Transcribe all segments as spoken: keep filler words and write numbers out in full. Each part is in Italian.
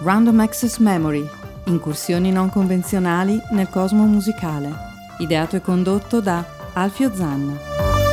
Random Access Memory, incursioni non convenzionali nel cosmo musicale, ideato e condotto da Alfio Zanna.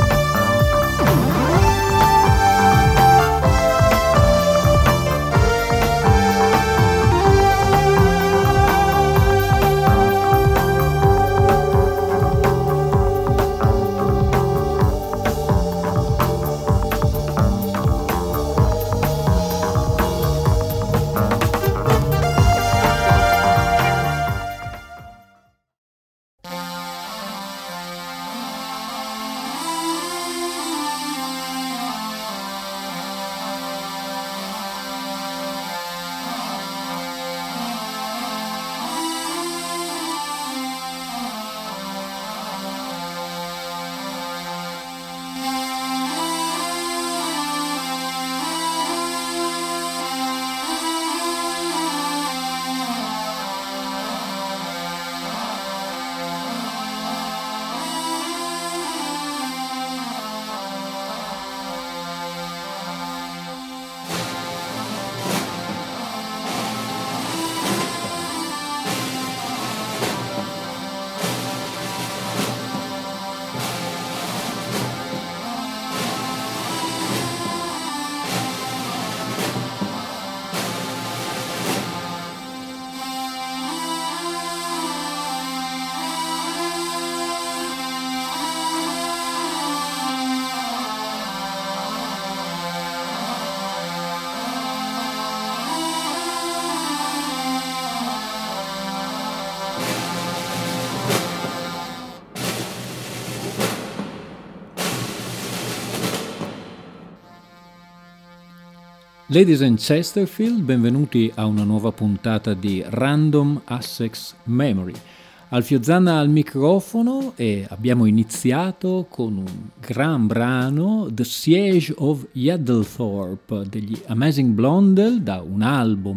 Ladies and Chesterfield, benvenuti a una nuova puntata di Random Access Memory. Alfio Zanna al microfono e abbiamo iniziato con un gran brano, The Siege of Yaddlethorpe degli Amazing Blondel, da un album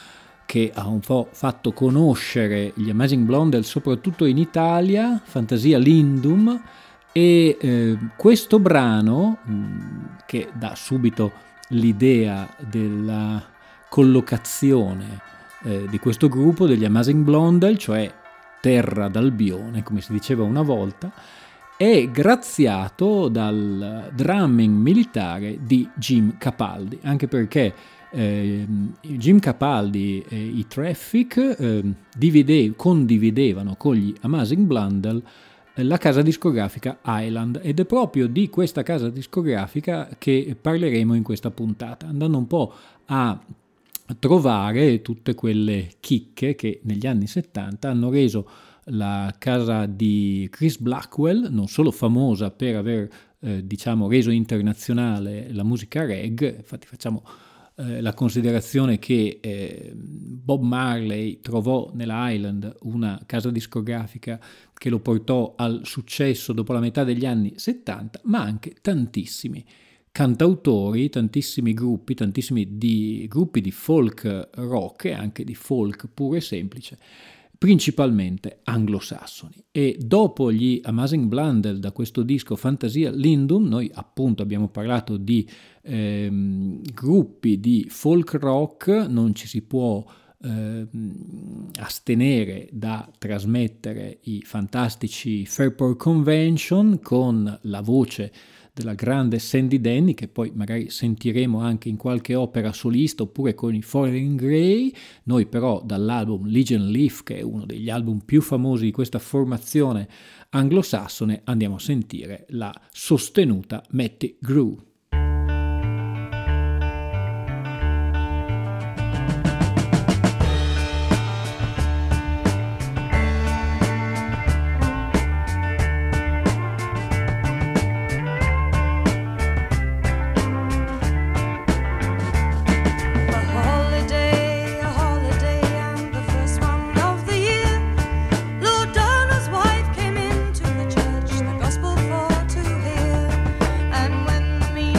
che ha un po' fatto conoscere gli Amazing Blondel soprattutto in Italia, Fantasia Lindum, e eh, questo brano mh, che dà subito l'idea della collocazione eh, di questo gruppo degli Amazing Blondel, cioè terra d'Albione, come si diceva una volta, è graziato dal drumming militare di Jim Capaldi, anche perché eh, Jim Capaldi e i Traffic eh, divide, condividevano con gli Amazing Blondel la casa discografica Island, ed è proprio di questa casa discografica che parleremo in questa puntata, andando un po' a trovare tutte quelle chicche che negli anni settanta hanno reso la casa di Chris Blackwell non solo famosa per aver eh, diciamo reso internazionale la musica reggae. Infatti facciamo eh, la considerazione che eh, Bob Marley trovò nella Island una casa discografica che lo portò al successo dopo la metà degli anni settanta, ma anche tantissimi cantautori, tantissimi gruppi, tantissimi di, gruppi di folk rock e anche di folk puro e semplice, principalmente anglosassoni. E dopo gli Amazing Blondel, da questo disco Fantasia Lindum, noi appunto abbiamo parlato di ehm, gruppi di folk rock, non ci si può eh, astenere da trasmettere i fantastici Fairport Convention con la voce della grande Sandy Denny, che poi magari sentiremo anche in qualche opera solista oppure con i Foreign Grey. Noi però dall'album Legion Leaf, che è uno degli album più famosi di questa formazione anglosassone, andiamo a sentire la sostenuta Matty Grew. Me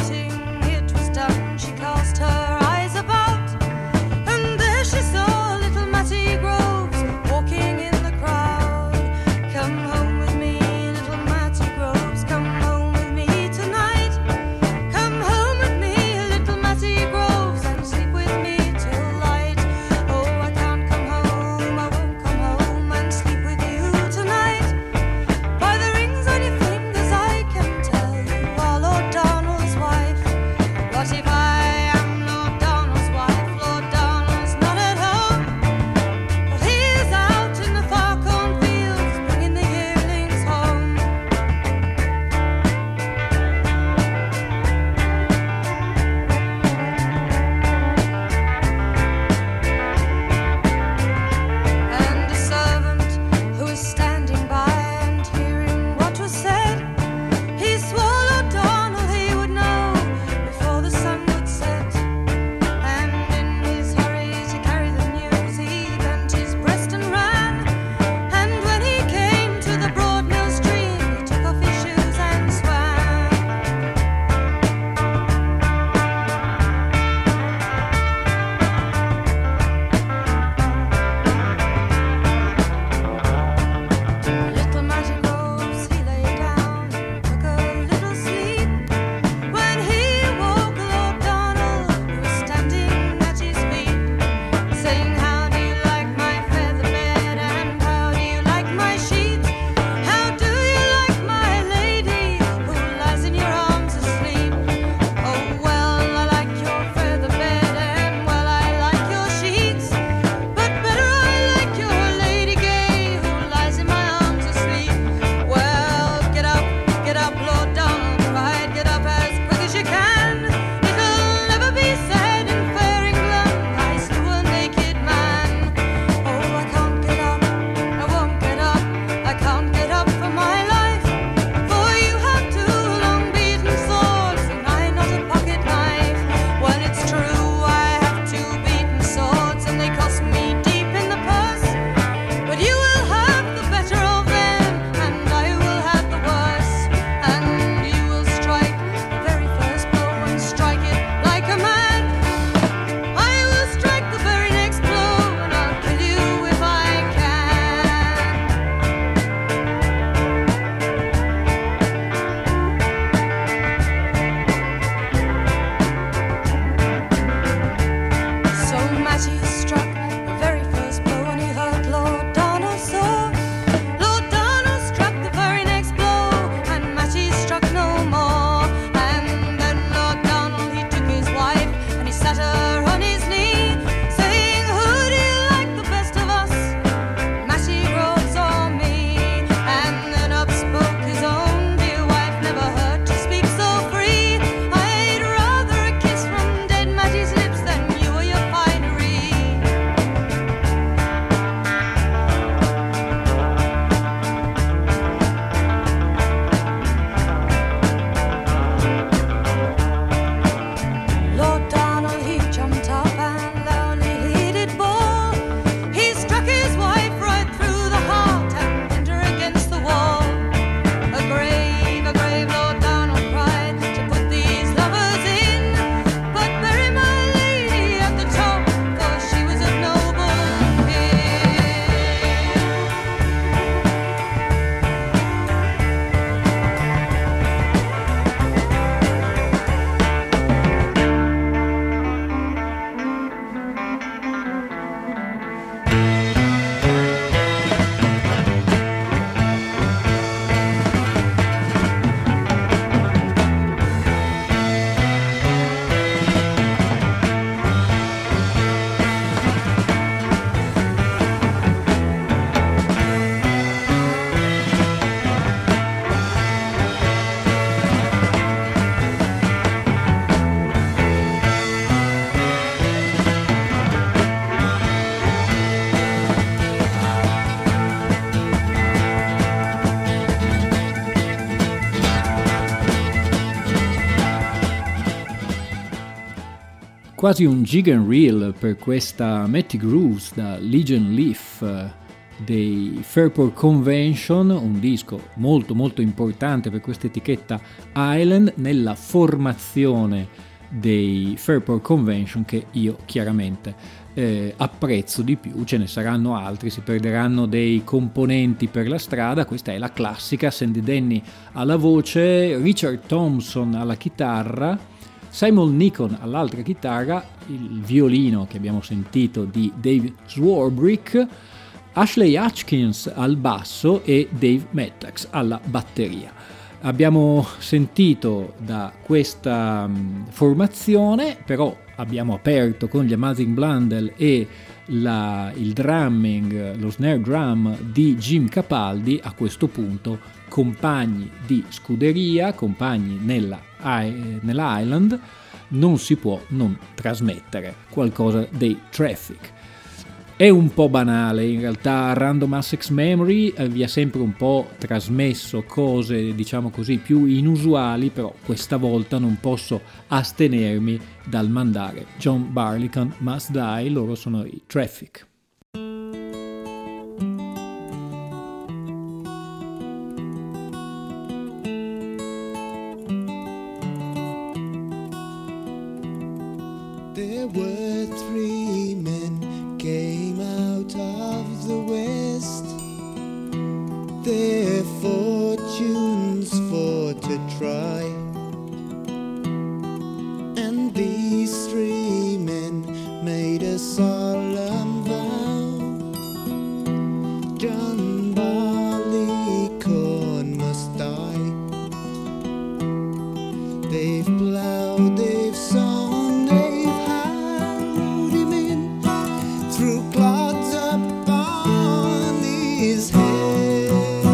quasi un jig and reel per questa Matty Grooves da Legion Leaf dei Fairport Convention, un disco molto molto importante per questa etichetta Island nella formazione dei Fairport Convention, che io chiaramente eh, apprezzo di più. Ce ne saranno altri, si perderanno dei componenti per la strada. Questa è la classica: Sandy Denny alla voce, Richard Thompson alla chitarra, Simon Nikon all'altra chitarra, il violino che abbiamo sentito di Dave Swarbrick, Ashley Hutchins al basso e Dave Mettax alla batteria. Abbiamo sentito da questa um, formazione, però abbiamo aperto con gli Amazing Blundell e la, il drumming, lo snare drum di Jim Capaldi. A questo punto compagni di scuderia, compagni nella, nella Island, non si può non trasmettere qualcosa dei Traffic. È un po' banale, in realtà Random Access Memory eh, vi ha sempre un po' trasmesso cose, diciamo così, più inusuali, però questa volta non posso astenermi dal mandare John Barleycorn Must Die. Loro sono i Traffic. There were three men came out of the west, their fortunes for to try, and these three men made a solemn vow: John Barleycorn must die. They've plowed, they've sown, they've harrowed him in through clods upon his head,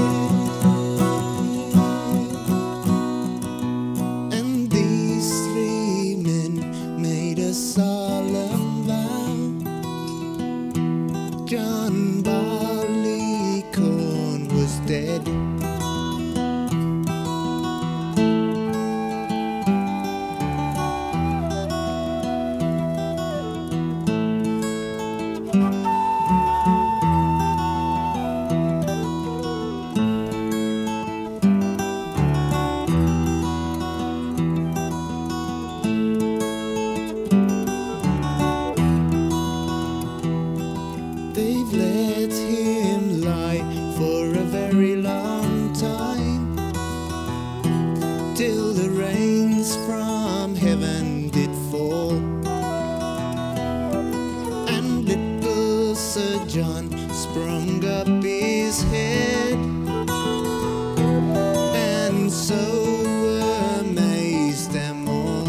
and these three men made a solemn vow: John Barleycorn was dead. They've let him lie for a very long time, till the rains from heaven did fall, and little Sir John sprung up his head, and so amazed them all.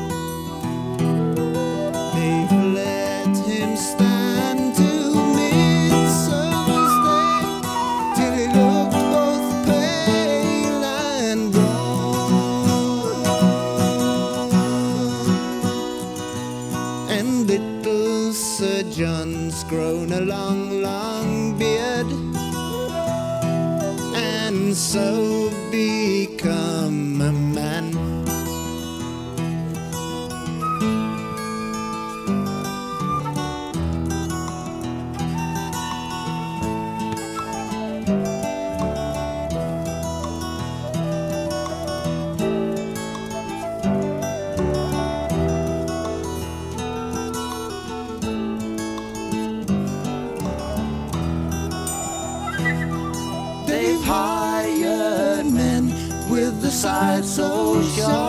They've let him stand to Midsummer's Day, till he looked both pale and drawn, and little Sir John's grown a long, long beard, and so become a man. They've hired men with the side so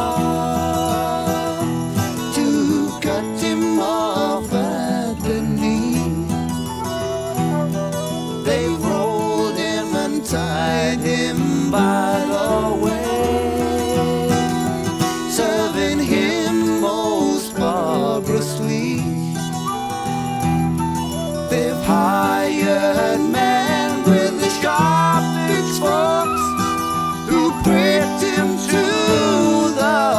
sharp to cut him off at the knee. They've rolled him and tied him by the way, serving him most barbarously. They've hired men with the sharp pitchforks who pricked him to the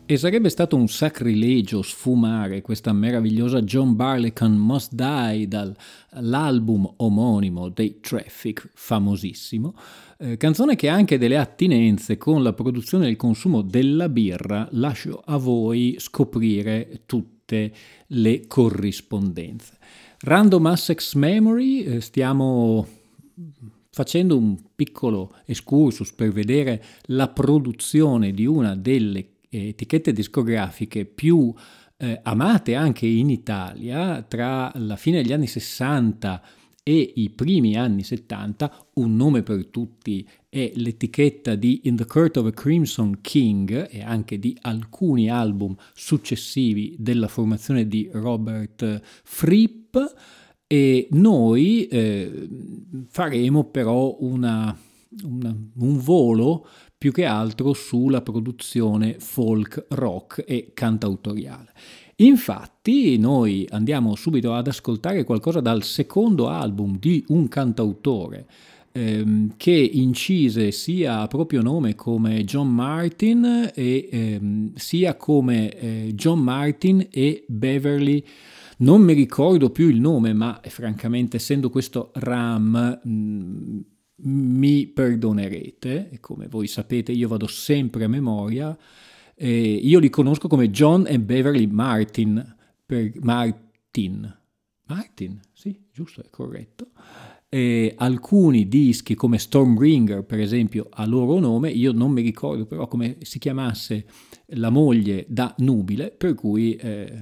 E sarebbe stato un sacrilegio sfumare questa meravigliosa John Barleycorn Must Die dall'album omonimo dei Traffic, famosissimo, eh, canzone che ha anche delle attinenze con la produzione e il consumo della birra. Lascio a voi scoprire tutte le corrispondenze. Random Access Memory, eh, stiamo facendo un piccolo excursus per vedere la produzione di una delle etichette discografiche più eh, amate anche in Italia tra la fine degli anni sessanta e i primi anni settanta. Un nome per tutti è l'etichetta di In the Court of a Crimson King e anche di alcuni album successivi della formazione di Robert Fripp, e noi eh, faremo però una, una, un volo più che altro sulla produzione folk, rock e cantautoriale. Infatti noi andiamo subito ad ascoltare qualcosa dal secondo album di un cantautore ehm, che incise sia a proprio nome come John Martin e ehm, sia come eh, John Martin e Beverly. Non mi ricordo più il nome, ma francamente, essendo questo Ram, mh, mi perdonerete, e come voi sapete io vado sempre a memoria, eh, io li conosco come John e Beverly Martin, per Martin, Martin, sì, giusto, è corretto. E alcuni dischi come Stormbringer, per esempio, a loro nome, io non mi ricordo però come si chiamasse la moglie da nubile, per cui eh,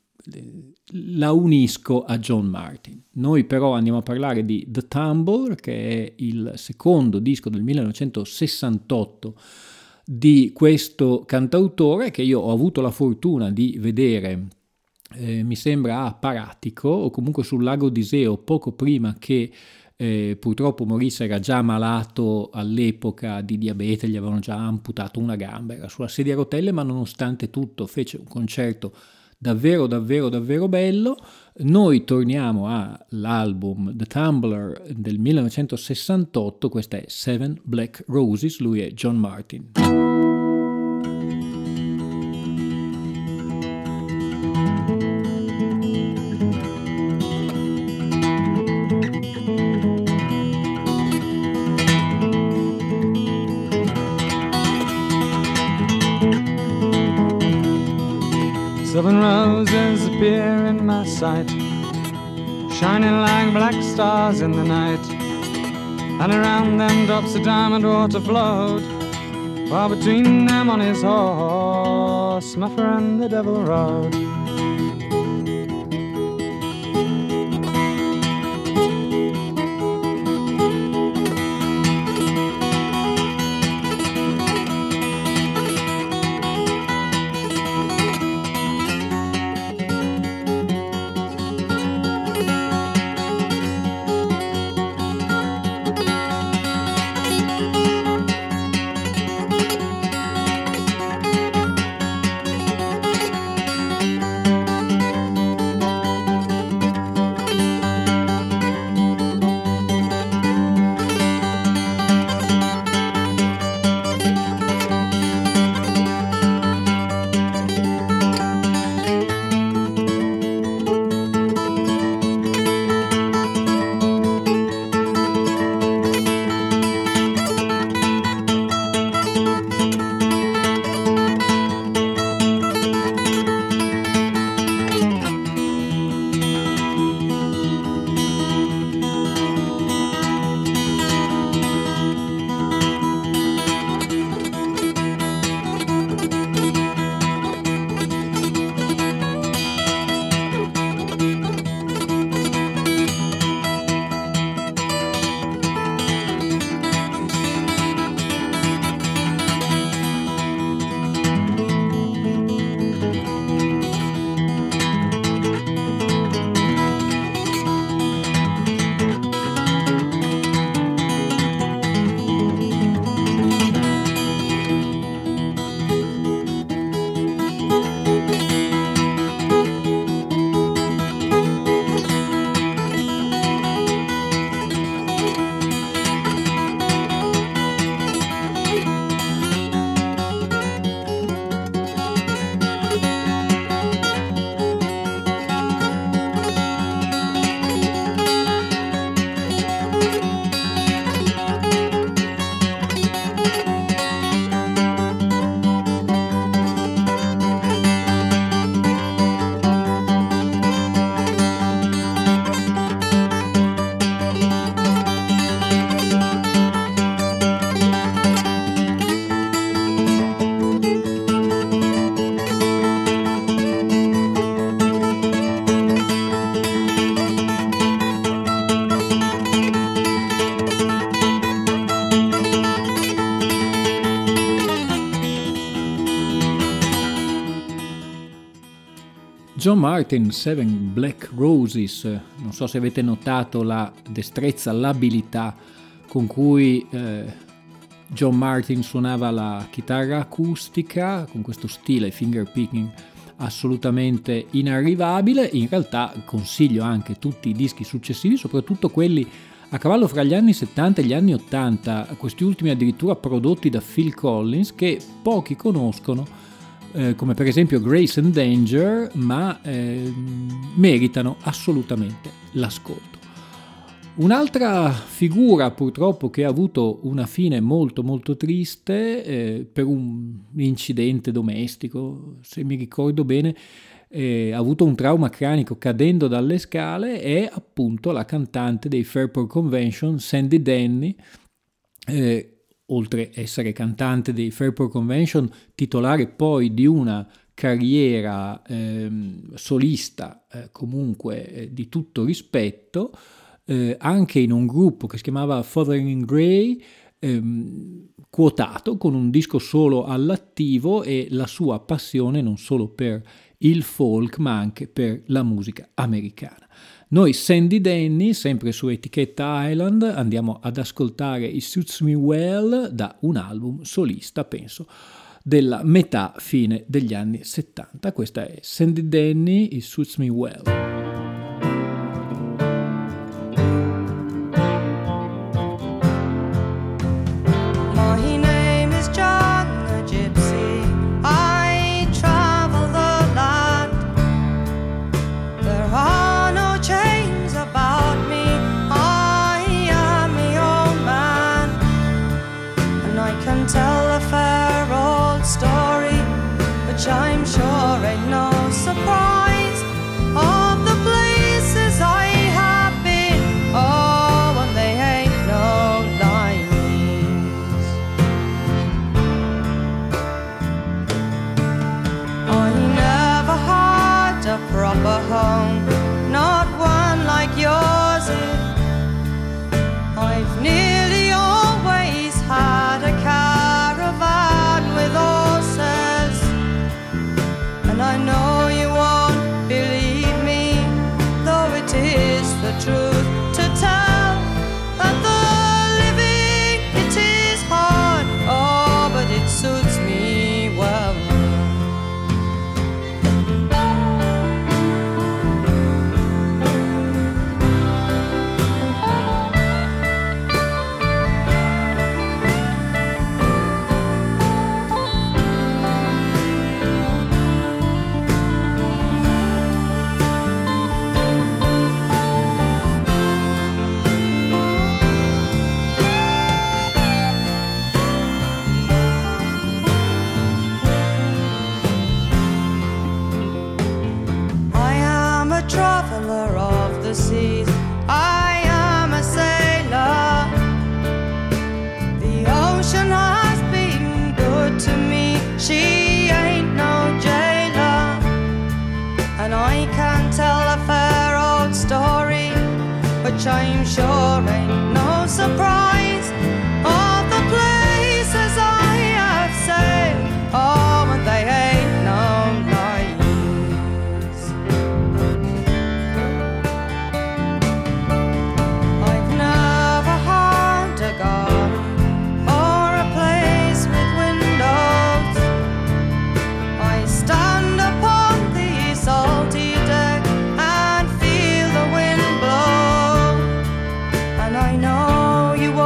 la unisco a John Martin. Noi però andiamo a parlare di The Tumbler, che è il secondo disco del millenovecentosessantotto di questo cantautore, che io ho avuto la fortuna di vedere, eh, mi sembra a Paratico o comunque sul lago d'Iseo poco prima che eh, purtroppo morisse. Era già malato all'epoca di diabete, gli avevano già amputato una gamba, era sulla sedia a rotelle, ma nonostante tutto fece un concerto davvero davvero davvero bello. Noi torniamo all'album The Tumbler del millenovecentosessantotto, questa è Seven Black Roses, lui è John Martin. Seven roses appear in my sight, shining like black stars in the night, and around them drops a diamond water float, while between them on his horse my friend the devil rode. John Martyn, Seven Black Roses. Non so se avete notato la destrezza, l'abilità con cui eh, John Martyn suonava la chitarra acustica, con questo stile finger picking assolutamente inarrivabile. In realtà consiglio anche tutti i dischi successivi, soprattutto quelli a cavallo fra gli anni settanta e gli anni ottanta, questi ultimi addirittura prodotti da Phil Collins, che pochi conoscono, eh, come per esempio Grace and Danger, ma eh, meritano assolutamente l'ascolto. Un'altra figura purtroppo che ha avuto una fine molto molto triste eh, per un incidente domestico, se mi ricordo bene, eh, ha avuto un trauma cranico cadendo dalle scale, è appunto la cantante dei Fairport Convention, Sandy Denny. Eh, oltre a essere cantante dei Fairport Convention, titolare poi di una carriera eh, solista eh, comunque eh, di tutto rispetto, Eh, anche in un gruppo che si chiamava Fothering Grey, ehm, quotato, con un disco solo all'attivo, e la sua passione non solo per il folk ma anche per la musica americana. Noi Sandy Denny, sempre su etichetta Island, andiamo ad ascoltare It Suits Me Well da un album solista, penso, della metà fine degli anni settanta. Questa è Sandy Denny, It Suits Me Well. I'm sure ain't no surprise of the places I have been. Oh, and they ain't no lies. I never had a proper home, not one like yours is. I've nearly always had a caravan with horses, and I know you won't believe me, though it is the truth to tell, that the living, it is hard, oh, but it suits me well. Traveler of the seas, I am a sailor. The ocean has been good to me, she ain't no jailer. And I can tell a fair old story, which I'm sure ain't no surprise, of the places I have sailed, oh, and they ain't no lies. I know you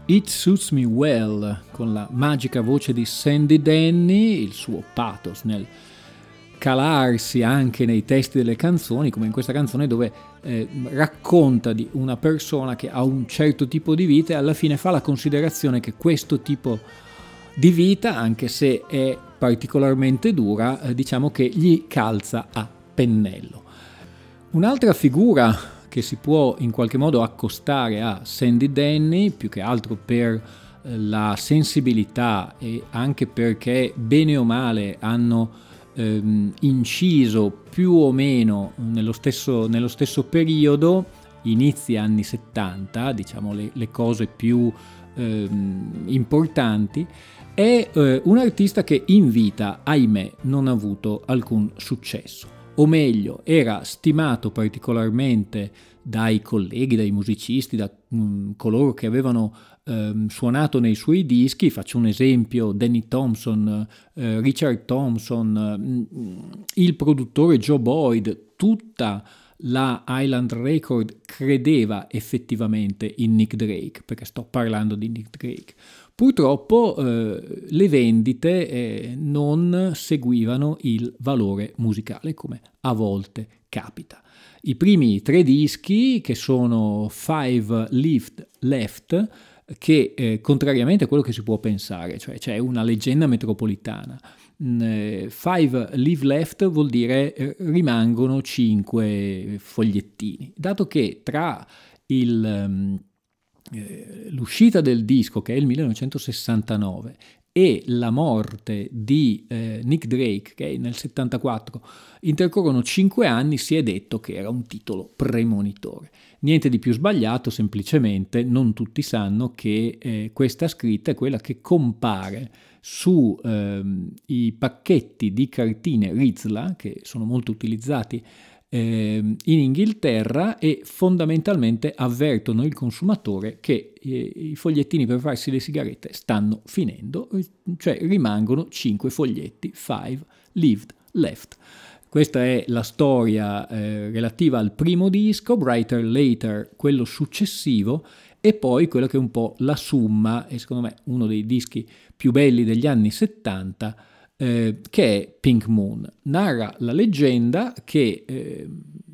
It Suits Me Well, con la magica voce di Sandy Denny, il suo pathos nel calarsi anche nei testi delle canzoni, come in questa canzone dove eh, racconta di una persona che ha un certo tipo di vita e alla fine fa la considerazione che questo tipo di vita, anche se è particolarmente dura, eh, diciamo che gli calza a pennello. Un'altra figura che si può in qualche modo accostare a Sandy Denny, più che altro per la sensibilità e anche perché bene o male hanno ehm, inciso più o meno nello stesso, nello stesso periodo, inizi anni settanta, diciamo le, le cose più ehm, importanti, è eh, un artista che in vita, ahimè, non ha avuto alcun successo. O meglio, era stimato particolarmente dai colleghi, dai musicisti, da mh, coloro che avevano ehm, suonato nei suoi dischi. Faccio un esempio: Danny Thompson, eh, Richard Thompson, mh, il produttore Joe Boyd, tutta la Island Record credeva effettivamente in Nick Drake, perché sto parlando di Nick Drake. Purtroppo eh, le vendite eh, non seguivano il valore musicale, come a volte capita. I primi tre dischi, che sono Five Lived Left, che eh, contrariamente a quello che si può pensare, cioè c'è una leggenda metropolitana, mm, Five Live Left vuol dire eh, rimangono cinque fogliettini, dato che tra il... Um, l'uscita del disco, che è il millenovecentosessantanove, e la morte di eh, Nick Drake, che è nel settantaquattro, intercorrono cinque anni, si è detto che era un titolo premonitore. Niente di più sbagliato, semplicemente non tutti sanno che eh, questa scritta è quella che compare su ehm, i pacchetti di cartine Rizla, che sono molto utilizzati in Inghilterra, e fondamentalmente avvertono il consumatore che eh, i fogliettini per farsi le sigarette stanno finendo, cioè rimangono cinque foglietti, five lived left. Questa è la storia eh, relativa al primo disco, Brighter Later, quello successivo, e poi quello che è un po' la summa, e secondo me uno dei dischi più belli degli anni settanta, Eh, che è Pink Moon. Narra la leggenda che eh,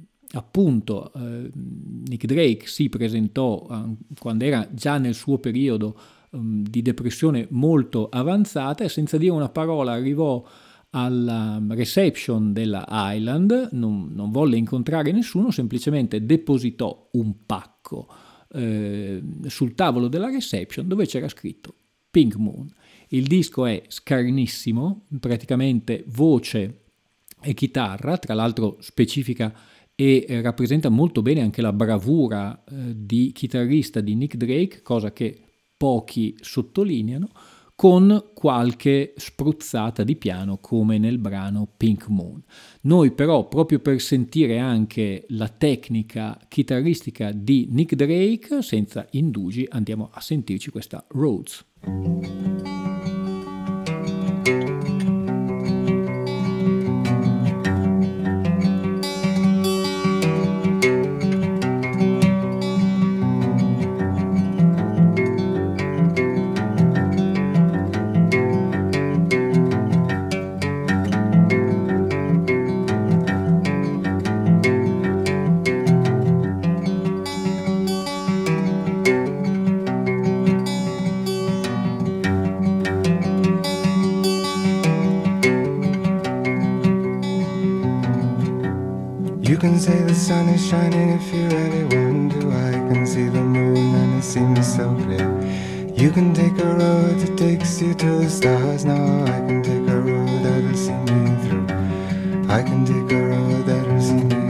appunto eh, Nick Drake si presentò eh, quando era già nel suo periodo um, di depressione molto avanzata, e senza dire una parola arrivò alla reception della Island, non, non volle incontrare nessuno, semplicemente depositò un pacco eh, sul tavolo della reception dove c'era scritto Pink Moon. Il disco è scarnissimo, praticamente voce e chitarra, tra l'altro specifica e eh, rappresenta molto bene anche la bravura eh, di chitarrista di Nick Drake, cosa che pochi sottolineano, con qualche spruzzata di piano come nel brano Pink Moon. Noi però, proprio per sentire anche la tecnica chitarristica di Nick Drake, senza indugi andiamo a sentirci questa Rhodes. You can say the sun is shining if you really want to. I can see the moon and it seems so clear. You can take a road that takes you to the stars. Now I can take a road that'll see me through. I can take a road that'll see me through.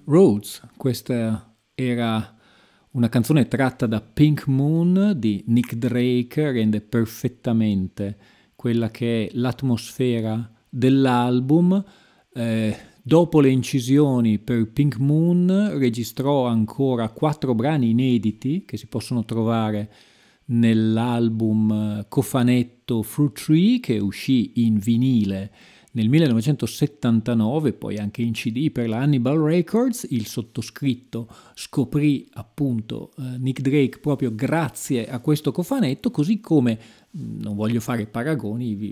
Roads. Questa era una canzone tratta da Pink Moon di Nick Drake, rende perfettamente quella che è l'atmosfera dell'album. Eh, dopo le incisioni per Pink Moon registrò ancora quattro brani inediti che si possono trovare nell'album cofanetto Fruit Tree, che uscì in vinile nel millenovecentosettantanove, poi anche in C D per la Hannibal Records. Il sottoscritto scoprì appunto eh, Nick Drake proprio grazie a questo cofanetto, così come, non voglio fare paragoni, vi,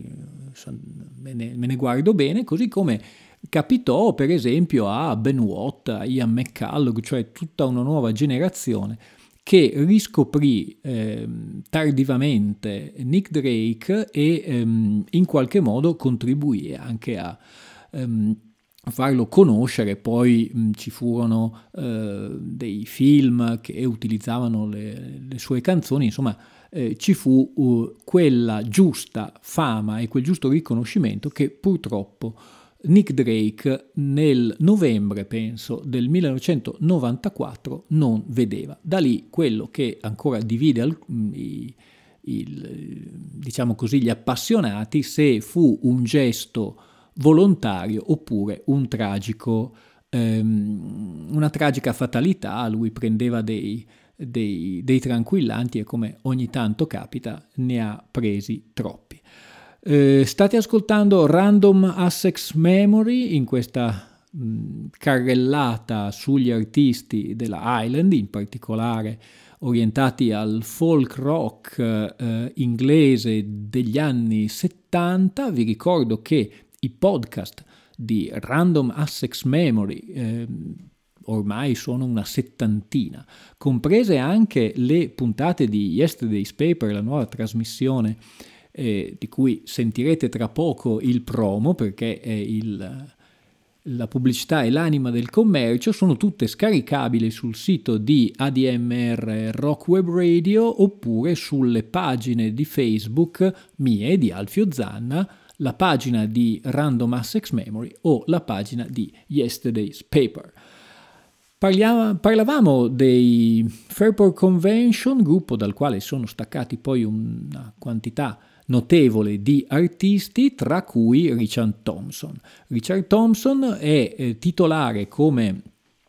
me, ne, me ne guardo bene, così come capitò per esempio a Ben Watt, a Ian McCulloch, cioè tutta una nuova generazione che riscoprì eh, tardivamente Nick Drake e ehm, in qualche modo contribuì anche a ehm, farlo conoscere. Poi mh, ci furono eh, dei film che utilizzavano le, le sue canzoni, insomma eh, ci fu uh, quella giusta fama e quel giusto riconoscimento che purtroppo Nick Drake nel novembre, penso, del millenovecentonovantaquattro non vedeva. Da lì quello che ancora divide al, il, il, diciamo così, gli appassionati, se fu un gesto volontario oppure un tragico, ehm, una tragica fatalità. Lui prendeva dei, dei, dei tranquillanti e, come ogni tanto capita, ne ha presi troppi. Eh, state ascoltando Random Access Memory in questa mh, carrellata sugli artisti della Island, in particolare orientati al folk rock eh, inglese degli anni settanta. Vi ricordo che i podcast di Random Access Memory eh, ormai sono una settantina, comprese anche le puntate di Yesterday's Paper, la nuova trasmissione Eh, di cui sentirete tra poco il promo, perché è il, la pubblicità è l'anima del commercio. Sono tutte scaricabili sul sito di A D M R Rock Web Radio oppure sulle pagine di Facebook mie e di Alfio Zanna, la pagina di Random Access Memory o la pagina di Yesterday's Paper. Parliamo, parlavamo dei Fairport Convention, gruppo dal quale sono staccati poi una quantità notevole di artisti, tra cui Richard Thompson. Richard Thompson è eh, titolare, come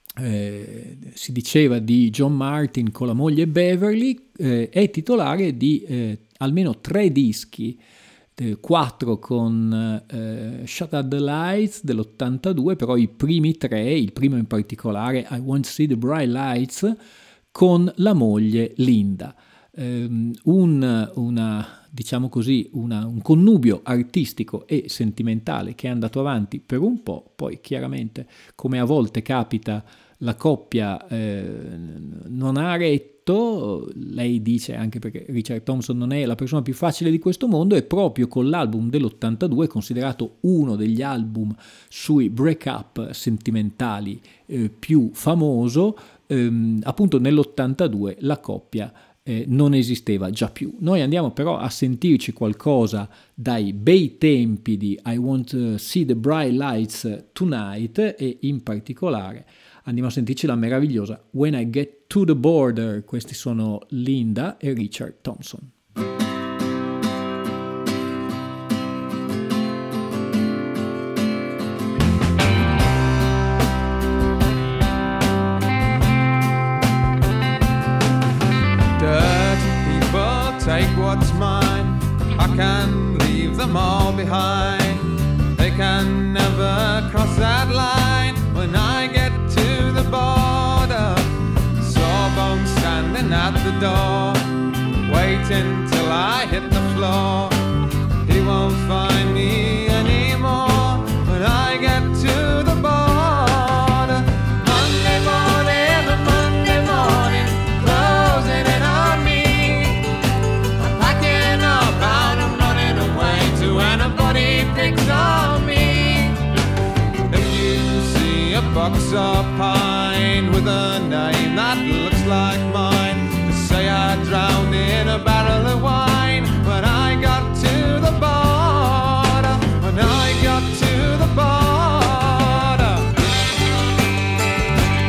eh, si diceva di John Martin con la moglie Beverly, eh, è titolare di eh, almeno tre dischi, eh, quattro con eh, Shut Out the Lights dell'ottantadue, però i primi tre, il primo in particolare, I Want to See the Bright Lights, con la moglie Linda. Um, un, una, diciamo così, una, un connubio artistico e sentimentale che è andato avanti per un po'. Poi chiaramente, come a volte capita, la coppia eh, non ha retto. Lei dice, anche perché Richard Thompson non è la persona più facile di questo mondo, e proprio con l'album dell'ottantadue, considerato uno degli album sui break-up sentimentali eh, più famoso, ehm, appunto nell'ottantadue la coppia Eh, non esisteva già più. Noi andiamo però a sentirci qualcosa dai bei tempi di I Want to See the Bright Lights Tonight, e in particolare andiamo a sentirci la meravigliosa When I Get to the Border. Questi sono Linda e Richard Thompson. Take what's mine, I can leave them all behind. They can never cross that line. When I get to the border, Sawbones standing at the door, waiting till I hit the floor. He won't find me anymore when I get to the border. Monday morning, Monday morning, closing in on me. Anybody picks on me. If you see a box of pine with a name that looks like mine, just say I drowned in a barrel of wine when I got to the border. When I got to the border.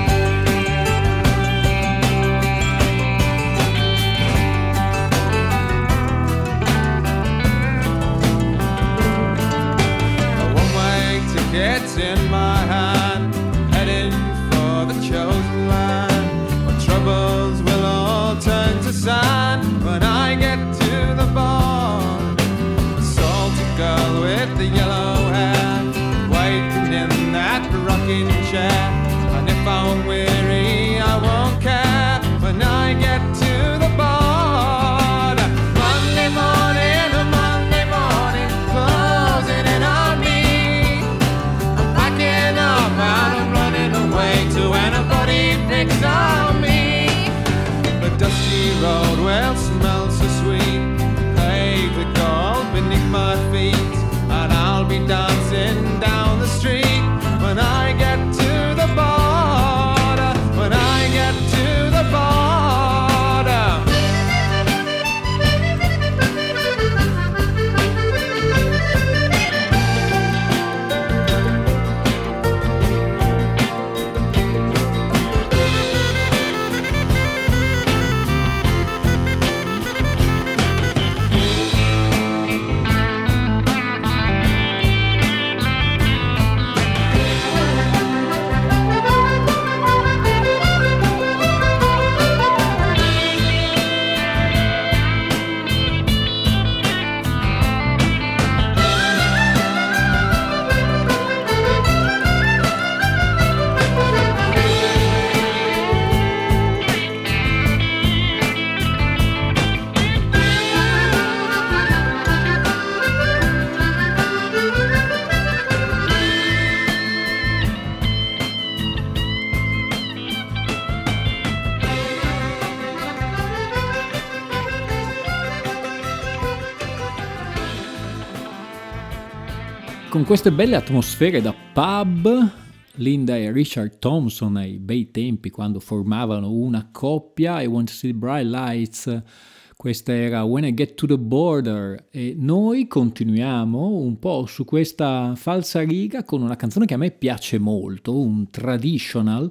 con queste belle atmosfere da pub, Linda e Richard Thompson ai bei tempi quando formavano una coppia, I Want to See the Bright Lights, questa era When I Get to the Border, e noi continuiamo un po' su questa falsariga con una canzone che a me piace molto, un traditional,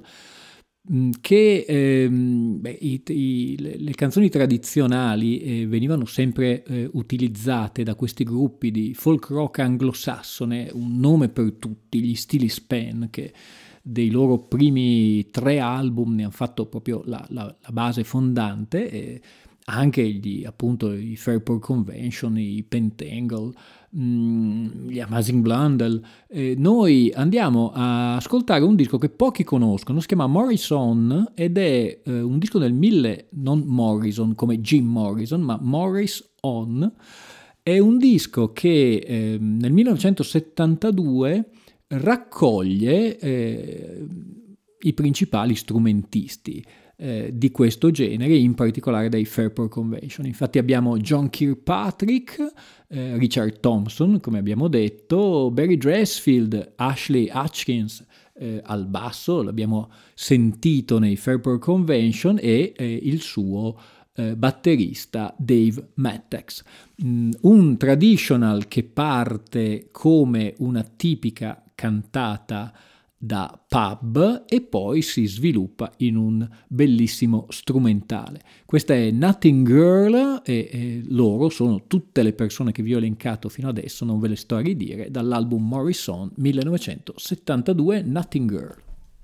che ehm, beh, i, i, le, le canzoni tradizionali eh, venivano sempre eh, utilizzate da questi gruppi di folk rock anglosassone, un nome per tutti, gli Steely Span, che dei loro primi tre album ne hanno fatto proprio la, la, la base fondante, e anche gli, appunto, i Fairport Convention, i Pentangle, mh, gli Amazing Blundell. Eh, noi andiamo a ascoltare un disco che pochi conoscono, si chiama Morrison, ed è eh, un disco del mille, non Morrison come Jim Morrison, ma Morris On. È un disco che eh, nel millenovecentosettantadue raccoglie eh, i principali strumentisti Eh, di questo genere, in particolare dai Fairport Convention. Infatti abbiamo John Kirkpatrick, eh, Richard Thompson, come abbiamo detto, Barry Dressfield, Ashley Hutchins eh, al basso, l'abbiamo sentito nei Fairport Convention, e eh, il suo eh, batterista Dave Mattex. Mm, un traditional che parte come una tipica cantata da pub e poi si sviluppa in un bellissimo strumentale. Questa è Nothing Girl, e, e loro sono tutte le persone che vi ho elencato fino adesso, non ve le sto a ridire, dall'album Morrison millenovecentosettantadue, Nothing Girl.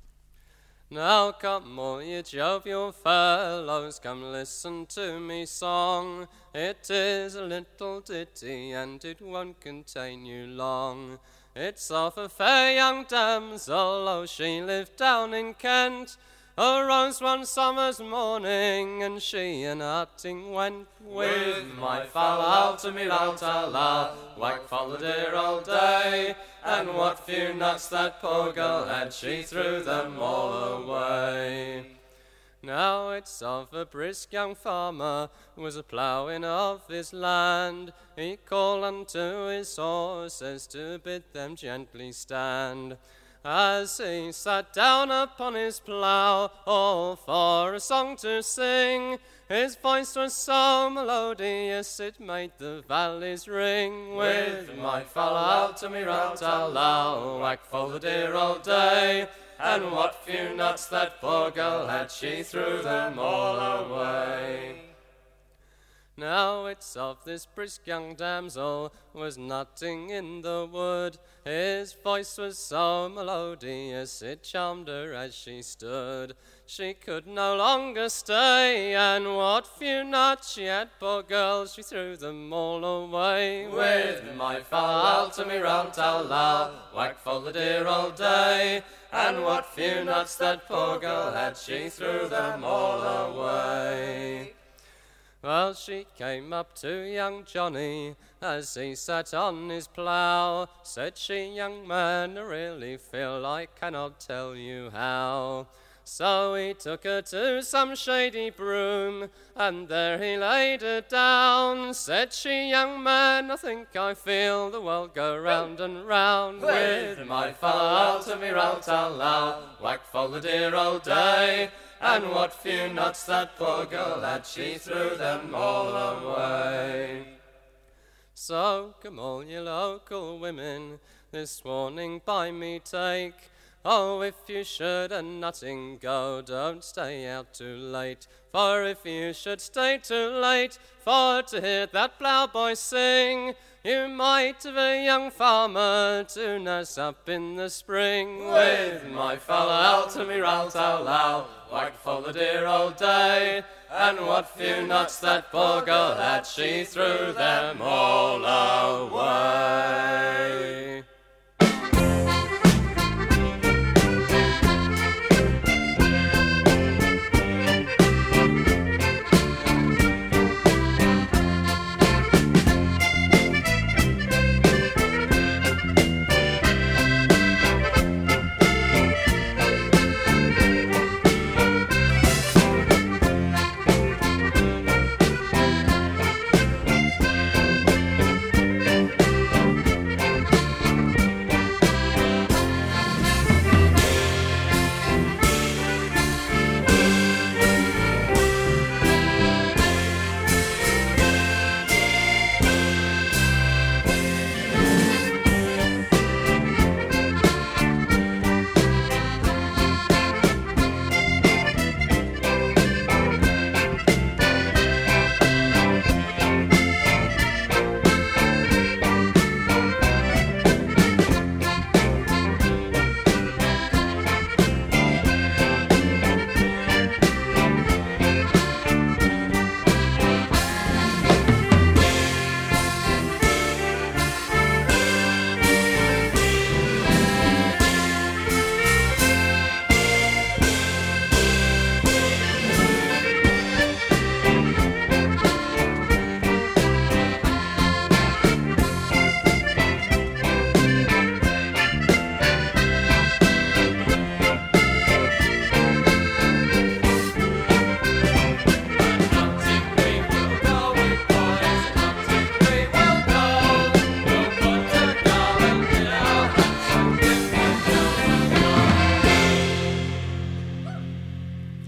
Now come all you jovial fellows, come listen to me song. It is a little ditty and it won't contain you long. It's of a fair young damsel, oh, she lived down in Kent. Arose one summer's morning, and she in hunting went. With my fowl out to me out la, whack followed her all day. And what few nuts that poor girl had, she threw them all away. Now it's of a brisk young farmer, was a ploughing of his land. He called unto his horses to bid them gently stand. As he sat down upon his plough, all for a song to sing, his voice was so melodious it made the valleys ring. With my fowl out to me rout-a-low, whack for the deer all day. And what few nuts that poor girl had, she threw them all away. Now it's of this brisk young damsel, was nutting in the wood. His voice was so melodious, it charmed her as she stood. She could no longer stay, and what few nuts she had, poor girl, she threw them all away. With my fowl out to me rout-a-la, whack for the deer all day. And what few nuts that poor girl had, she threw them all away. Well, she came up to young Johnny as he sat on his plough. Said she, young man, I really feel I cannot tell you how. So he took her to some shady broom, and there he laid her down. Said she, young man, I think I feel the world go round and round. With my fowl out to me rout-a-low, whack for the deer all day. And what few nuts that poor girl had, she threw them all away. So come all you local women, this warning by me take. Oh, if you should a nutting go, don't stay out too late. For if you should stay too late for to hear that ploughboy sing, you might have a young farmer to nurse up in the spring. With my fowl out to me rout-a-low, whack for the deer all day. And what few nuts that poor girl had, she threw them all away.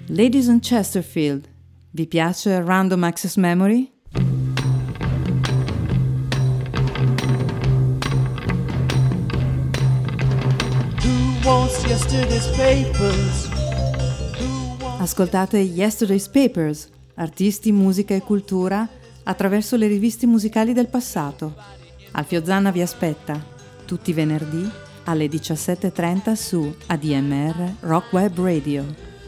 Ladies and Chesterfield, vi piace Random Access Memory? Who wants yesterday's papers? Ascoltate Yesterday's Papers, artisti, musica e cultura attraverso le riviste musicali del passato. Alfio Zanna vi aspetta tutti i venerdì alle diciassette e trenta su A D M R Rock Web Radio.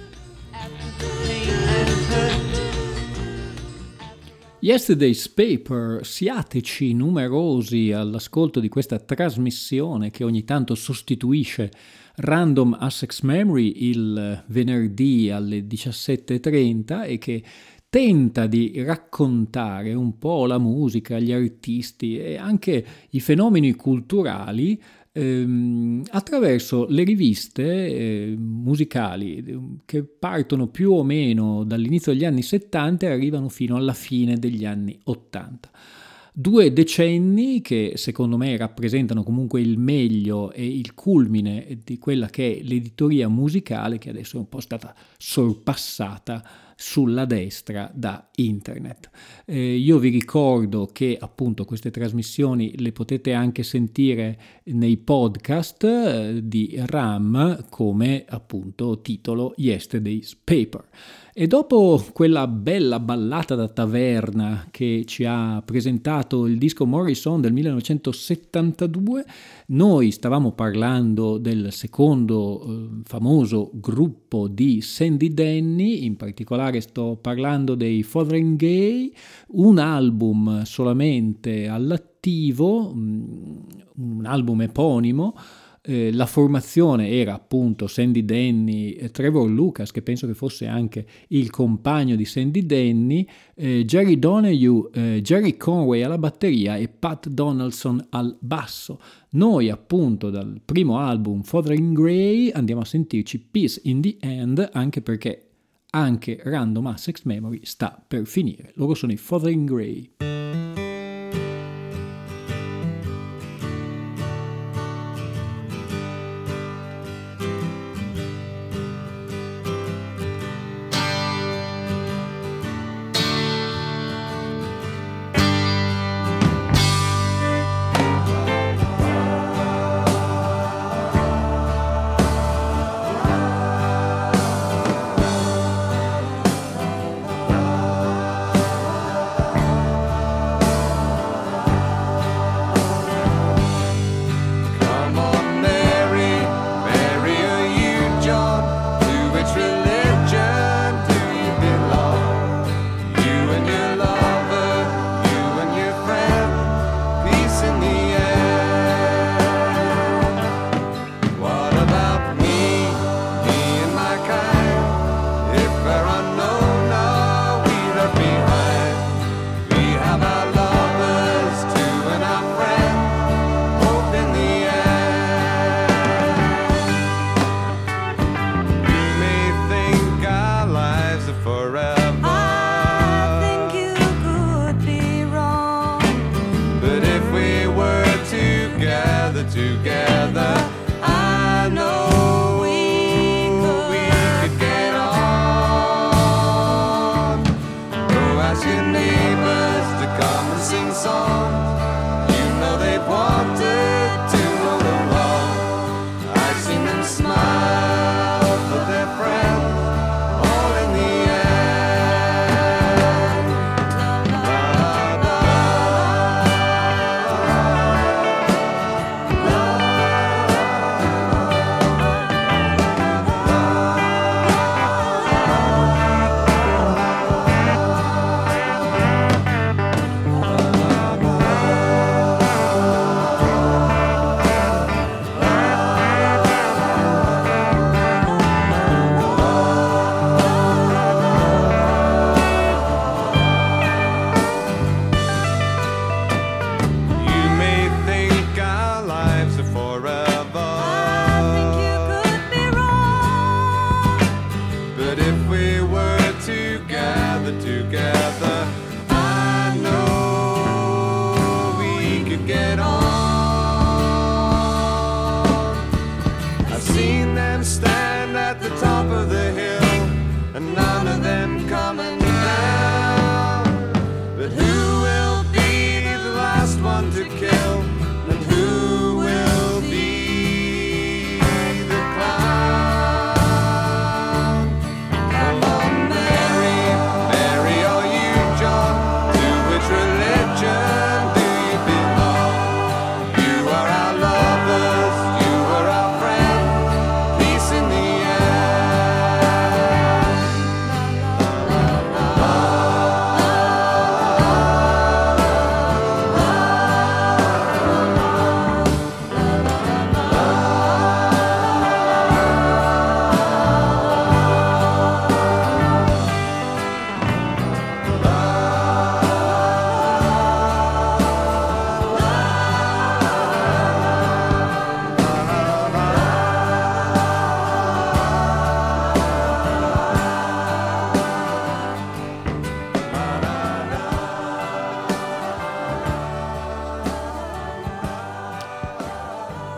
Yesterday's Paper, siateci numerosi all'ascolto di questa trasmissione che ogni tanto sostituisce Random Access Memory il venerdì alle diciassette e trenta e che tenta di raccontare un po' la musica, gli artisti e anche i fenomeni culturali ehm, attraverso le riviste eh, musicali che partono più o meno dall'inizio degli anni settanta e arrivano fino alla fine degli anni ottanta. Due decenni che secondo me rappresentano comunque il meglio e il culmine di quella che è l'editoria musicale, che adesso è un po' stata sorpassata sulla destra da internet. Eh, io vi ricordo che appunto queste trasmissioni le potete anche sentire nei podcast eh, di RAM come appunto titolo Yesterday's Paper. E dopo quella bella ballata da taverna che ci ha presentato il disco Morrison del millenovecentosettantadue, noi stavamo parlando del secondo eh, famoso gruppo di Sandy Denny, in particolare sto parlando dei Fotheringay, un album solamente all'attivo, un album eponimo. Eh, la formazione era appunto Sandy Denny, eh, Trevor Lucas, che penso che fosse anche il compagno di Sandy Denny, eh, Jerry Donahue, eh, Jerry Conway alla batteria e Pat Donaldson al basso. Noi appunto dal primo album Fotheringay andiamo a sentirci Peace in the End, anche perché anche Random Access Memory sta per finire. Loro sono i Fotheringay.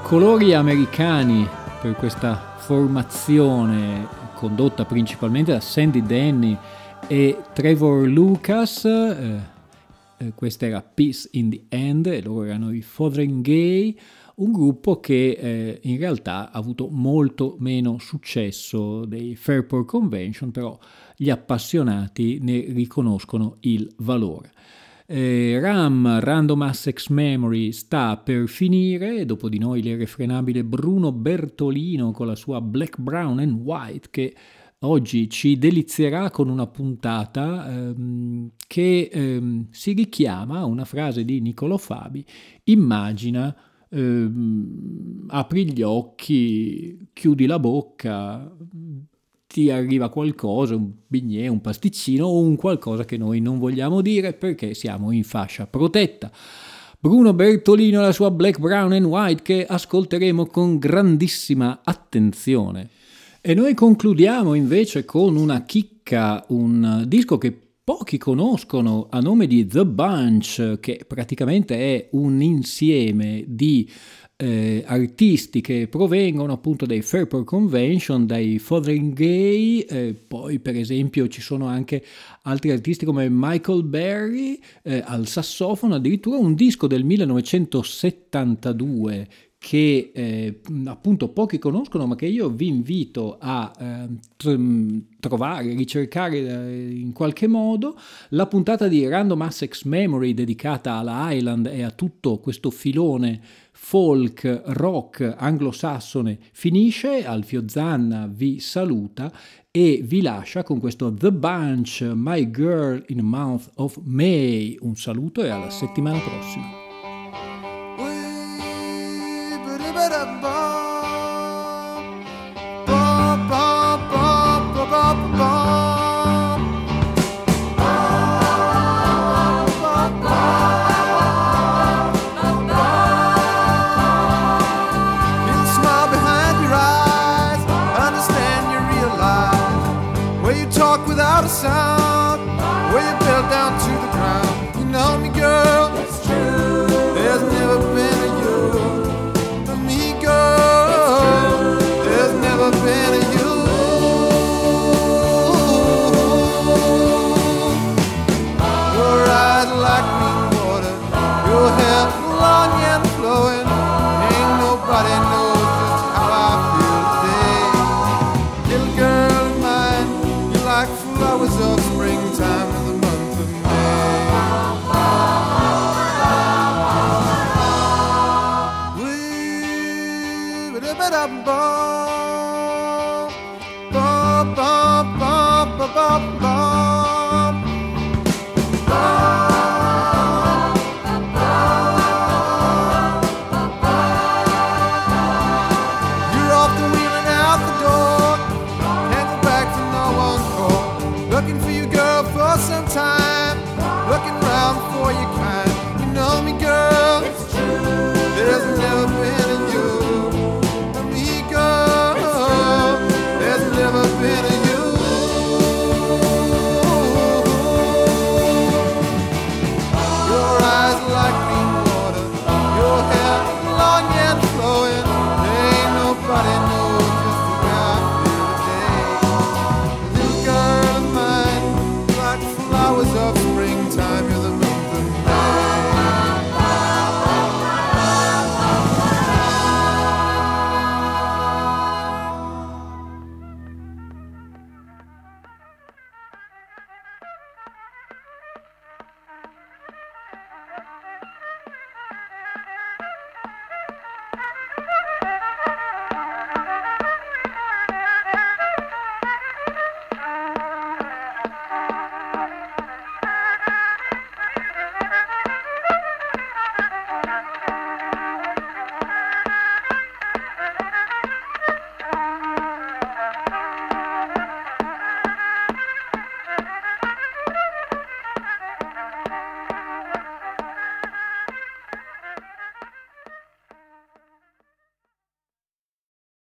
colori americani per questa formazione condotta principalmente da Sandy Denny e Trevor Lucas. Eh, eh, questa era Peace in the End e loro erano i Fotheringay, un gruppo che eh, in realtà ha avuto molto meno successo dei Fairport Convention, però gli appassionati ne riconoscono il valore. Eh, Ram, Random Access Memory, sta per finire, dopo di noi l'irrefrenabile Bruno Bertolino con la sua Black, Brown and White, che oggi ci delizierà con una puntata ehm, che ehm, si richiama a una frase di Niccolò Fabi: immagina, ehm, apri gli occhi, chiudi la bocca, ti arriva qualcosa, un bignè, un pasticcino o un qualcosa che noi non vogliamo dire perché siamo in fascia protetta. Bruno Bertolino e la sua Black, Brown and White, che ascolteremo con grandissima attenzione. E noi concludiamo invece con una chicca, un disco che pochi conoscono a nome di The Bunch, che praticamente è un insieme di Eh, artisti che provengono appunto dai Fairport Convention, dai Fotheringay, eh, poi per esempio ci sono anche altri artisti come Michael Berry eh, al sassofono, addirittura un disco del millenovecentosettantadue che eh, appunto pochi conoscono, ma che io vi invito a eh, tr- trovare, ricercare eh, in qualche modo. La puntata di Random Access Memory dedicata alla Island e a tutto questo filone folk, rock anglosassone finisce. Alfio Zanna vi saluta e vi lascia con questo The Bunch, My Girl in a Month of May. Un saluto e alla settimana prossima. Without a sound, where you fell down to the ground. You know me, girl, it's true. There's never been a you for me, girl. There's never been a you. Your eyes like green water, your hair long and flowing. Ain't nobody knows just how I feel today. Little girl of mine, like flowers of springtime in the month of May. Wee, ba-da-ba-da-bum, ba-ba-ba-ba-ba-bum. You're off the wheel and out the door. Can't go back to no one call. Looking for you, girl, for some time. Looking round for your kind.